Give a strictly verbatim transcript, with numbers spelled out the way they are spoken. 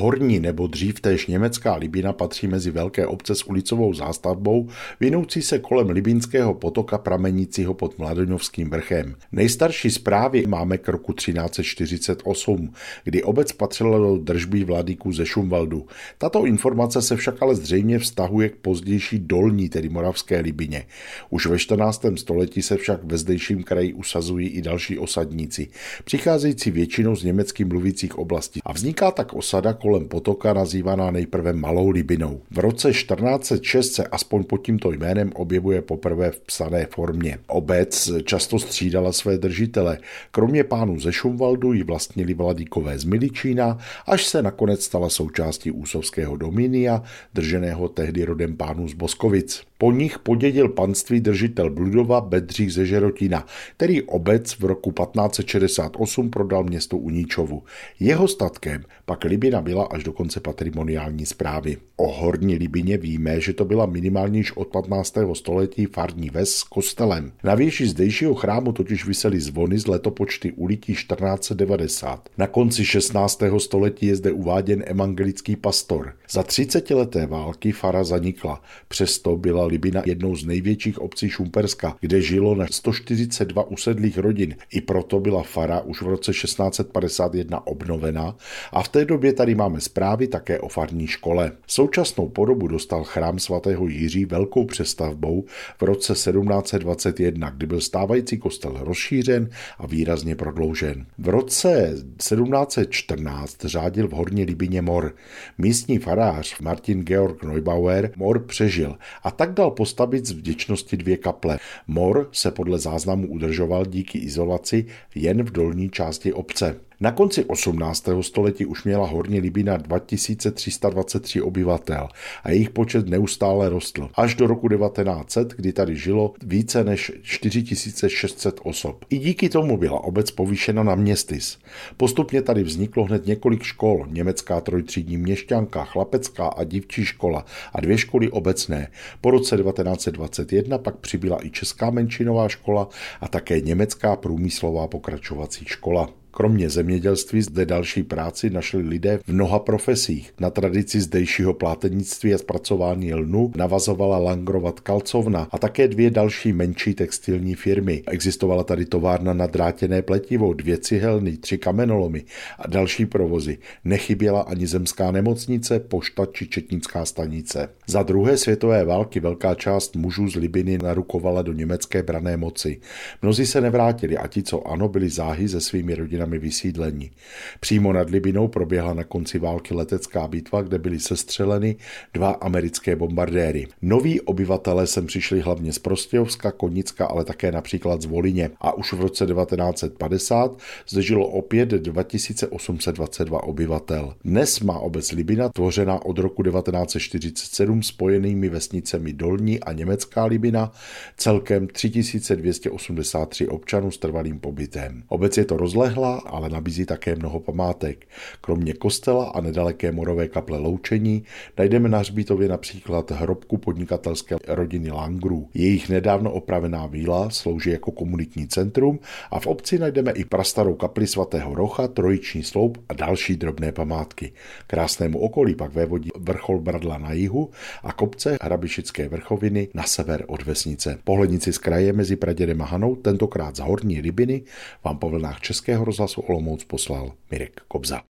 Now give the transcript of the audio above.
Horní nebo dřív též německá Libina patří mezi velké obce s ulicovou zástavbou, vinoucí se kolem Libinského potoka pramenícího pod Mladenovským vrchem. Nejstarší zprávy máme k roku třináct set čtyřicet osm, kdy obec patřila do držby vladyků ze Šumvaldu. Tato informace se však ale zřejmě vztahuje k pozdější dolní, tedy moravské Libině. Už ve čtrnáctém století se však ve zdejším kraji usazují i další osadníci, přicházející většinou z německy mluvících oblastí, a vzniká tak osada kolem potoka nazývaná nejprve Malou Libinou. V roce čtrnáct set šest se aspoň pod tímto jménem objevuje poprvé v psané formě. Obec často střídala své držitele. Kromě pánů ze Šumvaldu ji vlastnili vladykové z Miličína, až se nakonec stala součástí úsovského dominia, drženého tehdy rodem pánů z Boskovic. Po nich podědil panství držitel Bludova Bedřich ze Žerotína, který obec v roku patnáct set šedesát osm prodal městu Uníčovu. Jeho statkem pak Libina byla až do konce patrimoniální správy. O Horní Libině víme, že to byla minimálně již od patnáctého století farní ves s kostelem. Na věži zdejšího chrámu totiž visely zvony z letopočty ulití čtrnáct set devadesát. Na konci šestnáctého století je zde uváděn evangelický pastor. Za třicetileté války fara zanikla, přesto byla Libina jednou z největších obcí Šumperska, kde žilo na sto čtyřicet dva usedlých rodin. I proto byla fara už v roce šestnáct set padesát jedna obnovena a v té době tady máme zprávy také o farní škole. Současnou podobu dostal chrám svatého Jiří velkou přestavbou v roce sedmnáct set dvacet jedna, kdy byl stávající kostel rozšířen a výrazně prodloužen. V roce sedmnáct set čtrnáct řádil v Horní Libině mor. Místní farář Martin Georg Neubauer mor přežil a tak dal postavit z vděčnosti dvě kaple. Mor se podle záznamu udržoval díky izolaci jen v dolní části obce. Na konci osmnáctého století už měla Horní Libina dva tisíce tři sta dvacet tři obyvatel a jejich počet neustále rostl. Až do roku devatenáct set, kdy tady žilo více než čtyři tisíce šest set osob. I díky tomu byla obec povýšena na městys. Postupně tady vzniklo hned několik škol, německá trojtřídní měšťanka, chlapecká a dívčí škola a dvě školy obecné. Po roce devatenáct set dvacet jedna pak přibyla i česká menšinová škola a také německá průmyslová pokračovací škola. Kromě zemědělství zde další práci našli lidé v mnoha profesích. Na tradici zdejšího plátenictví a zpracování lnu navazovala Langrovat kalcovna a také dvě další menší textilní firmy. Existovala tady továrna na drátěné pletivo, dvě cihelny, tři kamenolomy a další provozy. Nechyběla ani zemská nemocnice, pošta či četnická stanice. Za druhé světové války velká část mužů z Libiny narukovala do německé branné moci. Mnozí se nevrátili a ti, co ano, byli záhy se svými rodinami vysídlení. Přímo nad Libinou proběhla na konci války letecká bitva, kde byly sestřeleny dva americké bombardéry. Noví obyvatelé sem přišli hlavně z Prostějovska, Konicka, ale také například z Volině. A už v roce devatenáct set padesát zde žilo opět dva tisíce osm set dvacet dva obyvatel. Dnes má obec Libina, tvořená od roku devatenáct set čtyřicet sedm spojenými vesnicemi Dolní a Německá Libina, celkem tři tisíce dvě stě osmdesát tři občanů s trvalým pobytem. Obec je to rozlehlá, ale nabízí také mnoho památek. Kromě kostela a nedaleké morové kaple Loučení najdeme na hřbitově například hrobku podnikatelské rodiny Langrů. Jejich nedávno opravená víla slouží jako komunitní centrum a v obci najdeme i prastarou kapli svatého Rocha, trojiční sloup a další drobné památky. Krásnému okolí pak vévodí vrchol Bradla na jihu a kopce Hrabišické vrchoviny na sever od vesnice. Pohlednici z kraje mezi Pradědem a Hanou, tentokrát z Horní Libiny, vám po vlnách Českého rozhlasu Olomouc poslal Mirek Kobza.